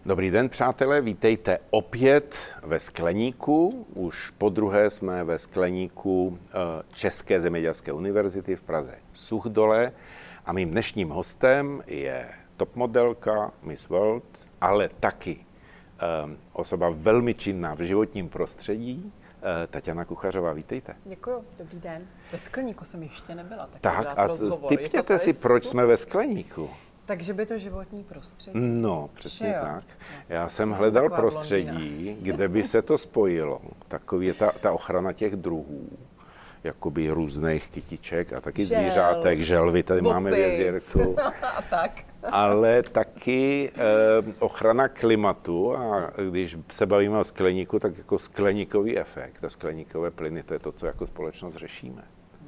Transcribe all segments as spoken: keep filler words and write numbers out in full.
Dobrý den, přátelé, vítejte opět ve Skleníku. Už podruhé jsme ve Skleníku České zemědělské univerzity v Praze Suchdole a mým dnešním hostem je topmodelka Miss World, ale taky um, osoba velmi činná v životním prostředí, uh, Taťana Kuchařová. Vítejte. Děkuju, dobrý den. Ve Skleníku jsem ještě nebyla. Tak, tak a tipněte si, proč jsme ve Skleníku. Takže by to životní prostředí? No, přesně tak. Já jsem hledal prostředí, kde by se to spojilo. Takový je ta, ta ochrana těch druhů, jakoby různých kytiček a taky Žel, zvířátek, želvy, tady bopic. máme v jezírku. A tak. Ale taky eh, ochrana klimatu a když se bavíme o skleníku, tak jako skleníkový efekt a skleníkové plyny, to je to, co jako společnost řešíme.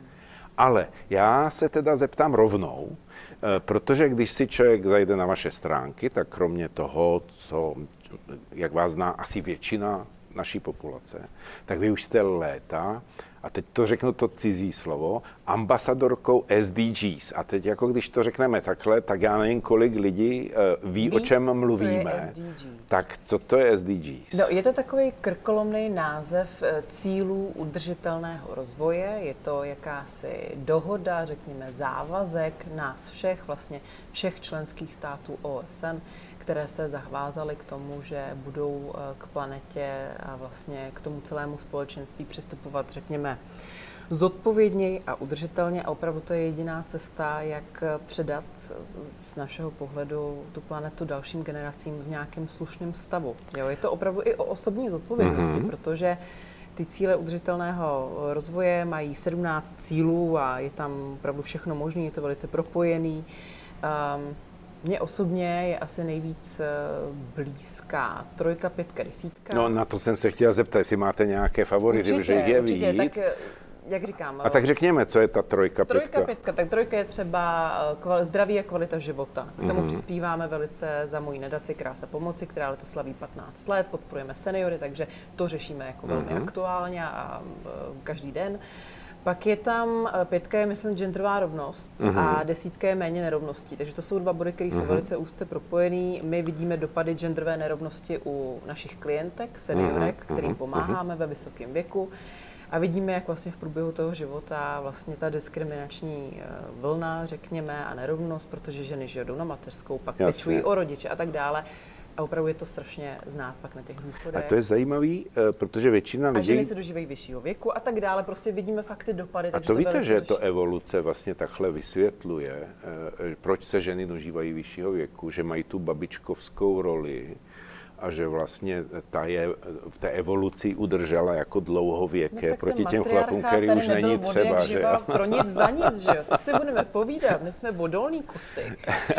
Ale já se teda zeptám rovnou, protože když si člověk zajde na vaše stránky, tak kromě toho, co, jak vás zná asi většina naší populace, tak vy už jste léta, a teď to řeknu to cizí slovo, ambasadorkou S D Gs. A teď jako když to řekneme takhle, tak já nevím, kolik lidí uh, ví, ví, o čem mluvíme. Co je S D Gs? Tak co to je S D Gs? No, je to takový krkolomný název cílů udržitelného rozvoje. Je to jakási dohoda, řekněme závazek nás všech, vlastně všech členských států O S N, které se zavázaly k tomu, že budou k planetě a vlastně k tomu celému společenství přistupovat, řekněme, zodpovědněji a udržitelně. A opravdu to je jediná cesta, jak předat z našeho pohledu tu planetu dalším generacím v nějakém slušném stavu. Jo, je to opravdu i o osobní zodpovědnosti, mm-hmm. protože ty cíle udržitelného rozvoje mají sedmnáct cílů a je tam opravdu všechno možné, je to velice propojený. Um, Mně osobně je asi nejvíc blízká trojka, pětka, desítka. No na to jsem se chtěla zeptat, jestli máte nějaké favority, protože je určitě, víc. Tak, jak říkám. A tak řekněme, co je ta trojka, pětka. Trojka, pětka. Tak trojka je třeba kvali, zdraví a kvalita života. K tomu mm-hmm. přispíváme velice za moji nadaci Krása pomoci, která letos slaví patnáct let, podporujeme seniory, takže to řešíme jako velmi mm-hmm. aktuálně a každý den. Pak je tam, pětka je, myslím, genderová rovnost uh-huh. a desítka je méně nerovností. Takže to jsou dva body, které uh-huh. jsou velice úzce propojený. My vidíme dopady genderové nerovnosti u našich klientek, seniorek, uh-huh. kterým pomáháme uh-huh. ve vysokém věku. A vidíme, jak vlastně v průběhu toho života vlastně ta diskriminační vlna, řekněme, a nerovnost, protože ženy žijou na mateřskou, pak pečují o rodiče a tak dále. A opravdu je to strašně znát pak na těch důchodech. A to je zajímavý, protože většina lidí... A ženy se dožívají vyššího věku a tak dále. Prostě vidíme fakt ty dopady. A to, to víte, že to evoluce vlastně takhle vysvětluje, proč se ženy dožívají vyššího věku, že mají tu babičkovskou roli a že vlastně ta je v té evoluci udržela jako dlouhověké no, proti těm chlapům, který už není třeba, že jo? Pro nic za nic, že jo? Co si budeme povídat? My jsme odolní kusy.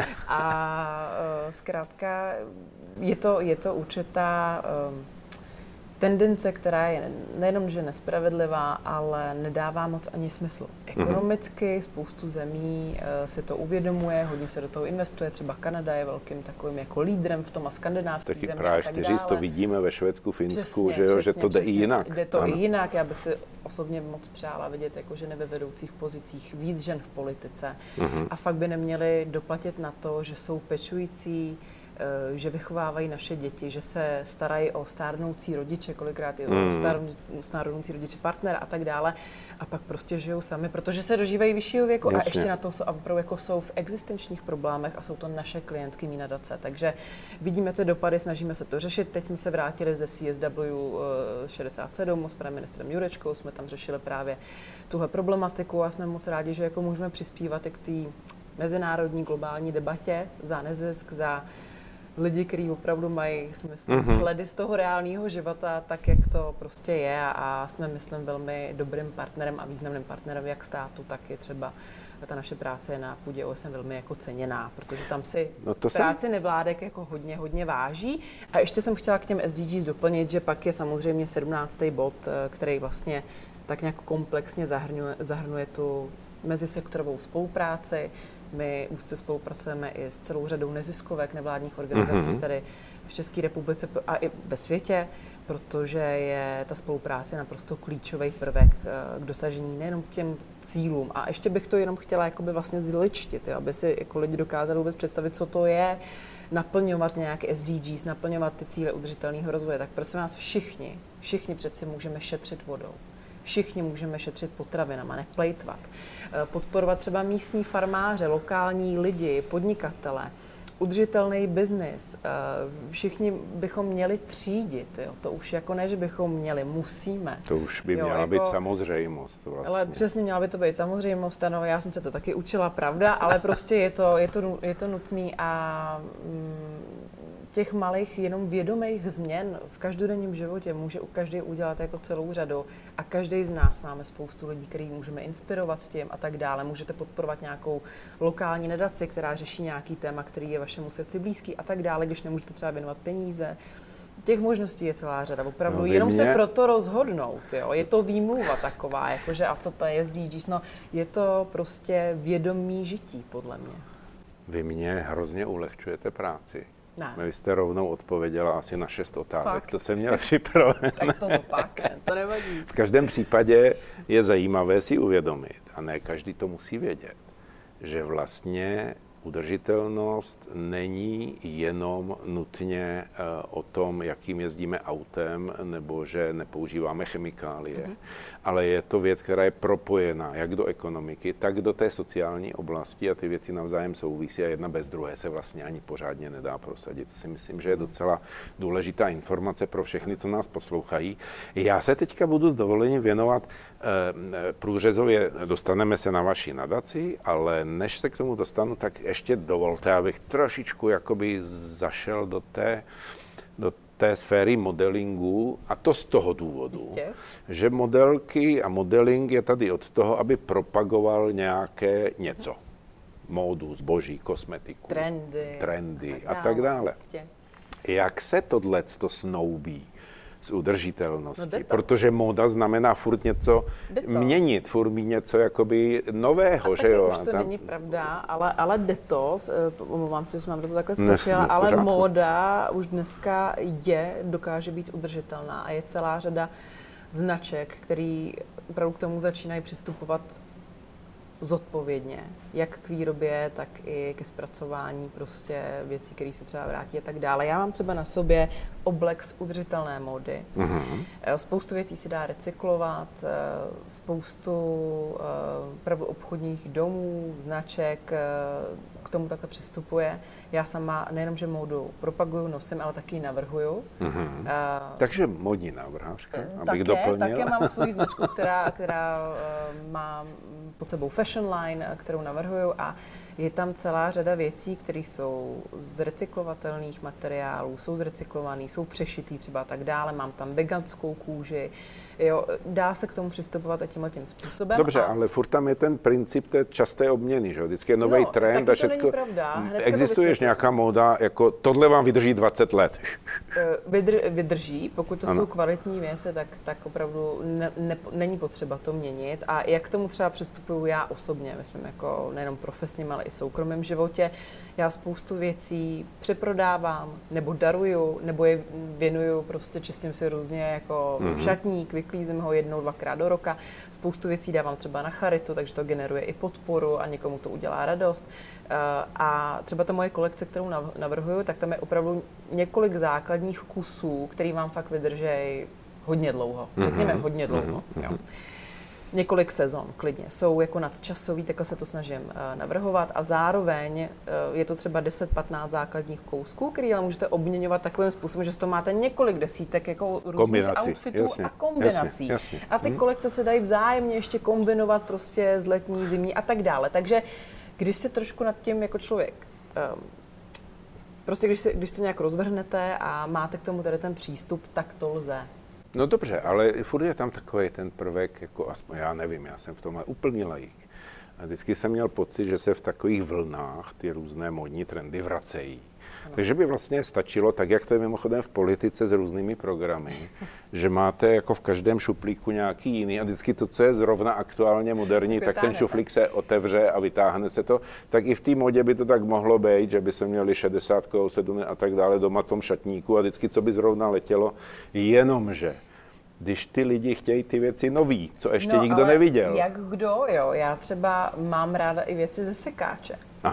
A uh, zkrátka je to, je to určitá um, tendence, která je nejenom, že nespravedlivá, ale nedává moc ani smysl. Ekonomicky spoustu zemí uh, se to uvědomuje, hodně se do toho investuje, třeba Kanada je velkým takovým jako lídrem v tom a skandinávský země právě a tak dále. To vidíme ve Švédsku, Finsku, přesně, že, jo, přesně, že to jde přesně, i jinak. Jde to ano. i jinak, já bych si osobně moc přála vidět jako ženy ve vedoucích pozicích, víc žen v politice uh-huh. a fakt by neměly doplatit na to, že jsou pečující, že vychovávají naše děti, že se starají o stárnoucí rodiče, kolikrát i mm. o stárnoucí rodiče partnera a tak dále. A pak prostě žijou sami, protože se dožívají vyššího věku. Jasně. A ještě na to jsou, opravdu jako jsou v existenčních problémech a jsou to naše klientky mý nadace. Takže vidíme ty dopady, snažíme se to řešit. Teď jsme se vrátili ze C S W šedesát sedm s panem ministrem Jurečkou, jsme tam řešili právě tuhle problematiku a jsme moc rádi, že jako můžeme přispívat i k té mezinárodní globální debatě za nezisk, za lidi, kteří opravdu mají smysl mm-hmm. vhledy z toho reálného života, tak jak to prostě je a jsme, myslím, velmi dobrým partnerem a významným partnerem jak státu, tak je třeba ta naše práce je na půdě O S N velmi jako ceněná, protože tam si no práci jsem... nevládek jako hodně, hodně váží. A ještě jsem chtěla k těm S D Gs doplnit, že pak je samozřejmě sedmnáctý bod, který vlastně tak nějak komplexně zahrnuje, zahrnuje tu mezisektorovou spolupráci. My úzce spolupracujeme i s celou řadou neziskovek, nevládních organizací mm-hmm. tady v České republice a i ve světě, protože je ta spolupráce naprosto klíčový prvek k dosažení nejenom k těm cílům. A ještě bych to jenom chtěla jakoby vlastně zličtit, jo, aby si jako lidi dokázali vůbec představit, co to je naplňovat nějaké S D Gs, naplňovat ty cíle udržitelného rozvoje, tak prosím vás všichni, všichni přeci můžeme šetřit vodou. Všichni můžeme šetřit potravinama, neplejtvat. Podporovat třeba místní farmáře, lokální lidi, podnikatele, udržitelný biznis. Všichni bychom měli třídit. Jo. To už jako ne, že bychom měli, musíme. To už by jo, měla jako, být samozřejmost. Vlastně. Ale přesně měla by to být samozřejmost. Ano, já jsem se to taky učila, pravda, ale prostě je to, je to, je to nutný a mm, těch malých jenom vědomých změn v každodenním životě může každý udělat jako celou řadu a každý z nás máme spoustu lidí, který můžeme inspirovat s tím a tak dále. Můžete podporovat nějakou lokální nadaci, která řeší nějaký téma, který je vašemu srdci blízký a tak dále, když nemůžete třeba věnovat peníze. Těch možností je celá řada, opravdu, no, jenom mě... se proto rozhodnout, jo. Je to výmluva taková, jakože a co to je S D Gs, no je to prostě vědomí žití, podle mě. Vy mě hrozně ulehčujete práci. Ne. Vy jste rovnou odpověděla asi na šest otázek, Fakt? co jsem měl připravené. Tak to zopakne, to nevadí. V každém případě je zajímavé si uvědomit, a ne každý to musí vědět, že vlastně udržitelnost není jenom nutně uh, o tom, jakým jezdíme autem, nebo že nepoužíváme chemikálie, mm-hmm. ale je to věc, která je propojená jak do ekonomiky, tak do té sociální oblasti a ty věci navzájem souvisí a jedna bez druhé se vlastně ani pořádně nedá prosadit. To si myslím, že je docela důležitá informace pro všechny, co nás poslouchají. Já se teďka budu s dovolením věnovat uh, průřezově, dostaneme se na vaši nadaci, ale než se k tomu dostanu, tak ještě dovolte, abych trošičku jakoby zašel do té, do té sféry modelingu, a to z toho důvodu, Jistě. že modelky a modeling je tady od toho, aby propagoval nějaké něco. Módu, zboží, kosmetiku, trendy, trendy a tak dále. Jistě. Jak se tohleto snoubí s udržitelností, no protože móda znamená furt něco měnit, furt mít něco jakoby nového, a že jo? Už to tam... není pravda, ale, ale jde to, omlouvám se, že jsem vám do toho takhle skočila, ale móda už dneska je, dokáže být udržitelná a je celá řada značek, který opravdu k tomu začínají přistupovat zodpovědně, jak k výrobě, tak i ke zpracování prostě věcí, které se třeba vrátí a tak dále. Já mám třeba na sobě oblek z udržitelné módy. Mm-hmm. Spoustu věcí se dá recyklovat, spoustu pravoobchodních domů, značek k tomu takhle přistupuje. Já sama nejenom, že módu propaguju, nosím, ale taky ji navrhuju. Mm-hmm. Uh, Takže módní návrhářka, abych také, doplnil. Také mám svoji značku, která, která uh, má pod sebou fashion line, kterou navrhuju a je tam celá řada věcí, které jsou z recyklovatelných materiálů, jsou zrecyklovaný, jsou přešitý třeba a tak dále. Mám tam veganskou kůži. Jo, dá se k tomu přistupovat a tímhle tím způsobem. Dobře, a... ale furt tam je ten princip té časté obměny, že? Vždycky je nový no, trend a všechno. Existuje nějaká móda, jako tohle vám vydrží dvacet let? Vydr, vydrží, pokud to ano. jsou kvalitní věci, tak, tak opravdu ne, ne, není potřeba to měnit. A jak k tomu třeba přistupuju já osobně, myslím, jako nejenom profesním, ale i soukromém životě, já spoustu věcí přeprodávám, nebo daruju, nebo je věnuju, prostě čistím si různě jako mm-hmm. šatník, vyklízím ho jednou, dvakrát do roka. Spoustu věcí dávám třeba na charitu, takže to generuje i podporu a někomu to udělá radost. A třeba ta moje kolekce, kterou navrhuju, tak tam je opravdu několik základních kusů, který vám fakt vydrží hodně dlouho. Řekněme hodně dlouho. Mm-hmm. Jo. Několik sezon, klidně. Jsou jako nadčasový, takhle se to snažím uh, navrhovat a zároveň uh, je to třeba deset patnáct základních kousků, který ale můžete obměňovat takovým způsobem, že to máte několik desítek jako různých kombinací. outfitů Jasně, a kombinací. Jasně, jasně. A ty hmm. kolekce se dají vzájemně ještě kombinovat prostě z letní, zimní a tak dále. Takže když se trošku nad tím jako člověk, um, prostě když, si, když to nějak rozvrhnete a máte k tomu tady ten přístup, tak to lze. No dobře, ale furt je tam takový ten prvek, jako aspoň já nevím, já jsem v tomhle úplný laik. A vždycky jsem měl pocit, že se v takových vlnách ty různé módní trendy vracejí. No. Takže by vlastně stačilo, tak jak to je mimochodem v politice s různými programy, že máte jako v každém šuplíku nějaký jiný a vždycky to, co je zrovna aktuálně moderní, tak ten šuflík se otevře a vytáhne se to. Tak i v té modě by to tak mohlo být, že by se měli šedesát, sedm a tak dále doma v tom šatníku a vždycky, co by zrovna letělo, jenomže když ty lidi chtějí ty věci nový, co ještě no, nikdo neviděl. Jak kdo, jo. Já třeba mám ráda i věci ze sekáče. Aha.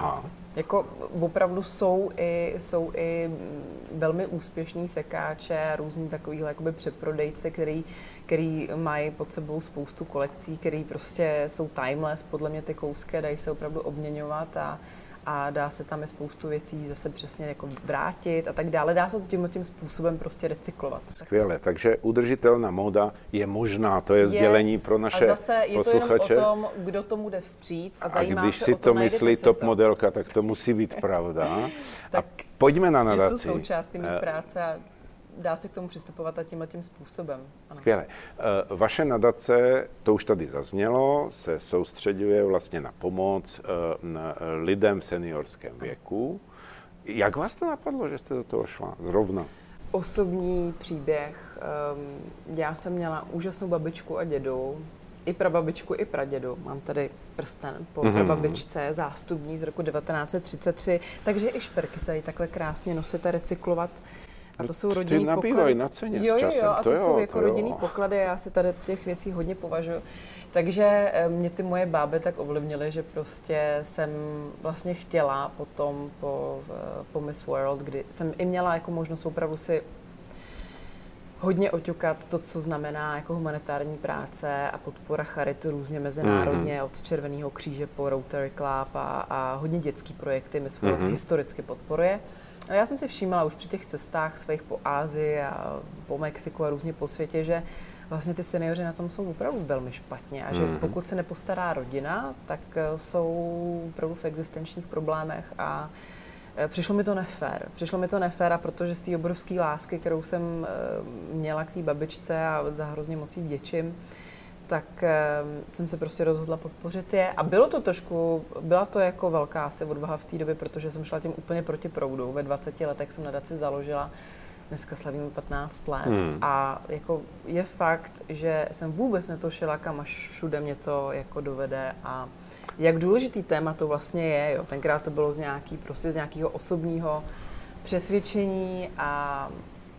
Jako opravdu jsou i, jsou i velmi úspěšní sekáče, různí takovýhle jakoby přeprodejce, který, který mají pod sebou spoustu kolekcí, který prostě jsou timeless, podle mě ty kousky, dají se opravdu obměňovat a, a dá se tam i spoustu věcí zase přesně jako vrátit a tak dále. Dá se to tímhle tím způsobem prostě recyklovat. Skvěle, takže udržitelná móda je možná, to je, je sdělení pro naše posluchače. A zase je posluchače. to jenom o tom, kdo tomu jde vstříc a zajímá a když se si o to, to myslí top to. modelka, tak to musí být pravda. Tak a pojďme na nadaci. Je to součástí mé práce a dá se k tomu přistupovat a tímhletím způsobem. Ano. Skvěle. Vaše nadace, to už tady zaznělo, se soustředuje vlastně na pomoc na lidem v seniorském věku. Jak vás to napadlo, že jste do toho šla zrovna? Osobní příběh. Já jsem měla úžasnou babičku a dědu, i prababičku, i pradědu. Mám tady prsten po mm-hmm. prababičce, zástupní z roku devatenáct set třicet tři, takže i šperky se dají takhle krásně nosit a recyklovat. A to jsou rodinný poklady. Ty nabývají na ceně jo, s časem. Jo, jo, a to, to jsou jo, jako to rodinný jo. poklady, já si tady těch věcí hodně považuji. Takže mě ty moje báby tak ovlivnily, že prostě jsem vlastně chtěla potom po, po Miss World, kdy jsem i měla jako možnost opravdu si hodně oťukat to, co znamená jako humanitární práce a podpora charity různě mezinárodně, mm-hmm. od Červeného kříže po Rotary Club a, a hodně dětský projekty Miss World mm-hmm. historicky podporuje. A já jsem si všímala už při těch cestách svých po Asii a po Mexiku a různě po světě, že vlastně ty seniori na tom jsou opravdu velmi špatně a že mm-hmm. pokud se nepostará rodina, tak jsou opravdu v existenčních problémech a přišlo mi to nefér. Přišlo mi to nefér a protože z té obrovské lásky, kterou jsem měla k té babičce a za hrozně moc jí vděčím, tak jsem se prostě rozhodla podpořit je. A bylo to trošku, byla to jako velká asi odvaha v té době, protože jsem šla tím úplně proti proudu. Ve dvaceti letech jsem nadaci založila, dneska slavím patnáct let. Hmm. A jako je fakt, že jsem vůbec netušila, kam až všude mě to jako dovede a jak důležitý téma to vlastně je. Jo. Tenkrát to bylo z nějaký, prostě z nějakého osobního přesvědčení a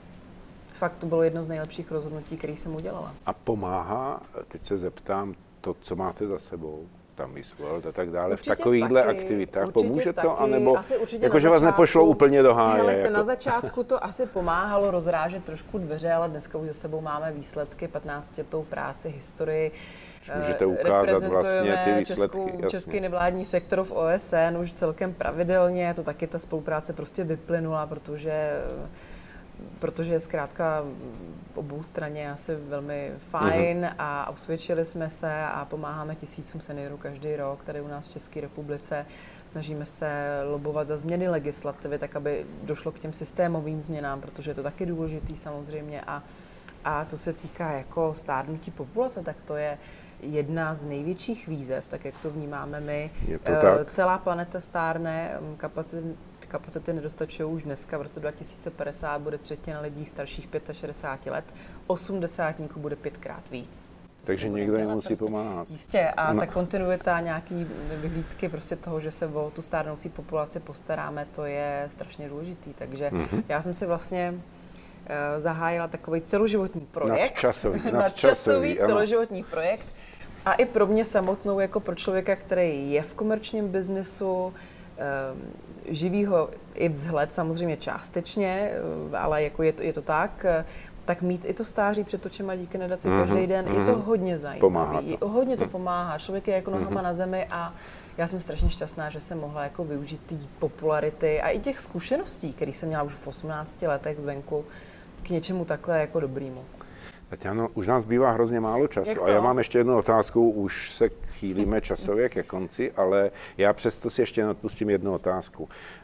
fakt to bylo jedno z nejlepších rozhodnutí, které jsem udělala. A pomáhá, teď se zeptám, to, co máte za sebou, tam Miss World a tak dále, určitě v takovýchhle taky, aktivitách, pomůže taky, to, anebo jakože vás nepošlo úplně do háje? Hele, jako... Na začátku to asi pomáhalo rozrážet trošku dveře, ale dneska už za sebou máme výsledky, patnáctiletou práci, historii. Můžete ukázat vlastně ty výsledky. Českou, český nevládní sektor v O S N už celkem pravidelně, to taky ta spolupráce prostě vyplynula, protože protože je zkrátka obou straně asi velmi fajn mm-hmm. a osvědčili jsme se a pomáháme tisícům seniorů každý rok tady u nás v České republice. Snažíme se lobovat za změny legislativy, tak aby došlo k těm systémovým změnám, protože je to taky důležitý samozřejmě. A, a co se týká jako stárnutí populace, tak to je jedna z největších výzev, tak jak to vnímáme my. Je to tak? Celá planeta stárne, kapacity Kapacity nedostačují už dneska, v roce dva tisíce padesát bude třetina lidí starších šedesáti pěti let, osmdesátníků bude pětkrát víc. Takže někdo jim musí prostě pomáhat. Jistě a no. Ta kontinuita, nějaký vyhlídky prostě toho, že se o tu stárnoucí populaci postaráme, to je strašně důležitý. Takže mm-hmm. já jsem si vlastně uh, zahájila takový celoživotní projekt. Nadčasový. Nadčasový celoživotní projekt. A i pro mě samotnou, jako pro člověka, který je v komerčním biznesu, um, živí ho i vzhled samozřejmě částečně, ale jako je to, je to tak, tak mít i to stáří před očima díky nadaci mm-hmm. každý den, mm-hmm. je to hodně zajímavé. Hodně to pomáhá. Člověk je jako nohama mm-hmm. na zemi a já jsem strašně šťastná, že jsem mohla jako využít té popularity a i těch zkušeností, které jsem měla už v osmnácti letech zvenku, k něčemu takhle jako dobrýmu. Tatiano, už nás bývá hrozně málo času a já mám ještě jednu otázku, už se chýlíme časově ke konci, ale já přesto si ještě odpustím jednu otázku.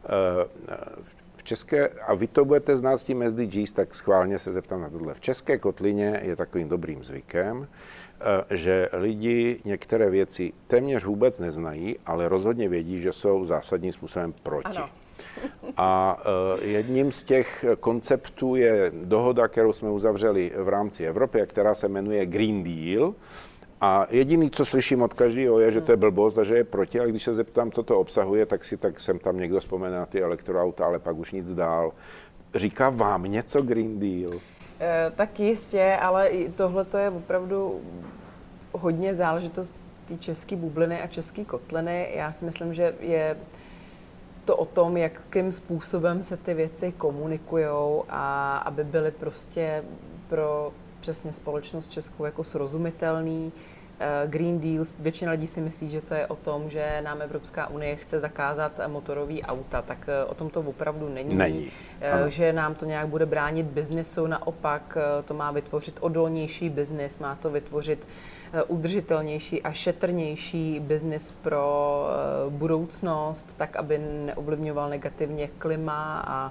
V české, a vy to budete znát s tím S D Gs, tak schválně se zeptám na tohle. V české kotlině je takovým dobrým zvykem, že lidi některé věci téměř vůbec neznají, ale rozhodně vědí, že jsou zásadním způsobem proti. Ano. A jedním z těch konceptů je dohoda, kterou jsme uzavřeli v rámci Evropy, která se jmenuje Green Deal. A jediný, co slyším od každého, je, že to je blbost a že je proti. A když se zeptám, co to obsahuje, tak si tak sem tam někdo vzpomene na ty elektroauta, ale pak už nic dál. Říká vám něco Green Deal? E, tak jistě, ale tohle to je opravdu hodně záležitost té české bubliny a české kotliny. Já si myslím, že je to o tom, jakým způsobem se ty věci komunikujou a aby byly prostě pro přesně společnost českou jako srozumitelný. Green Deal, většina lidí si myslí, že to je o tom, že nám Evropská unie chce zakázat motorový auta, tak o tom to opravdu není. Není. Že nám to nějak bude bránit biznesu, naopak to má vytvořit odolnější biznis, má to vytvořit udržitelnější a šetrnější biznis pro budoucnost, tak aby neovlivňoval negativně klima a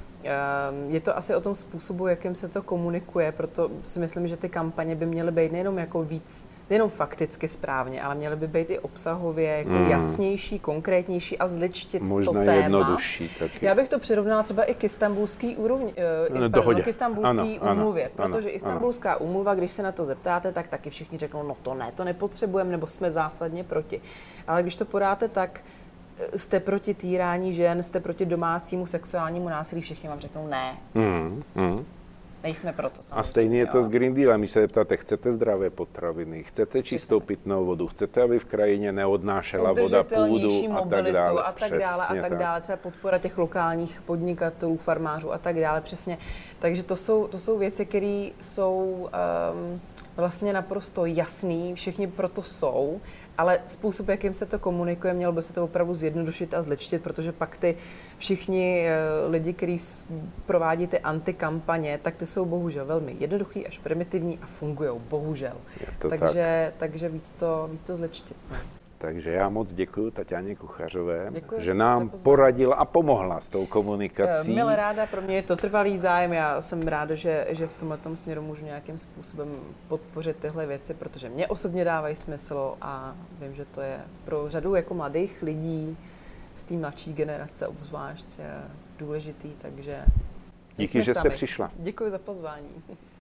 je to asi o tom způsobu, jakým se to komunikuje, proto si myslím, že ty kampaně by měly být nejenom jako víc, nejenom fakticky správně, ale měly by být i obsahově jako mm. jasnější, konkrétnější a zličtit možná to téma. jednodušší taky. Já bych to přirovnala třeba i k Istanbulský úrovni, no, pardon, k Istanbulský úmluvě, protože ano, Istanbulská úmluva, když se na to zeptáte, tak taky všichni řeknou, no to ne, to nepotřebujeme, nebo jsme zásadně proti. Ale když to podáte tak, jste proti týrání žen, jste proti domácímu sexuálnímu násilí, všichni vám řeknou ne. Mm, mm. Nejsme proto samozřejmě. A stejně je to s Green Dealem. Když se zeptáte, chcete zdravé potraviny, chcete čistou pitnou vodu, chcete, aby v krajině neodnášela voda půdu a tak dále. a tak dále a tak dále. Třeba podpora těch lokálních podnikatelů, farmářů a tak dále. Přesně. Takže to jsou, to jsou věci, které jsou um, vlastně naprosto jasný, všichni proto jsou, ale způsob, jakým se to komunikuje, mělo by se to opravdu zjednodušit a zlečtit, protože pak ty všichni lidi, kteří provádí ty antikampaně, tak ty jsou bohužel velmi jednoduchý až primitivní a fungují, bohužel. Takže, tak. takže víc to, víc to zlečtit. Takže já moc děkuji Taťáně Kuchařové, děkuji, že nám poradila a pomohla s tou komunikací. Milé ráda, pro mě je to trvalý zájem, já jsem ráda, že, že v tomto směru můžu nějakým způsobem podpořit tyhle věci, protože mě osobně dávají smysl a vím, že to je pro řadu jako mladých lidí z té mladší generace obzvlášť důležitý, takže díky, že jste sami. přišla. Děkuji za pozvání.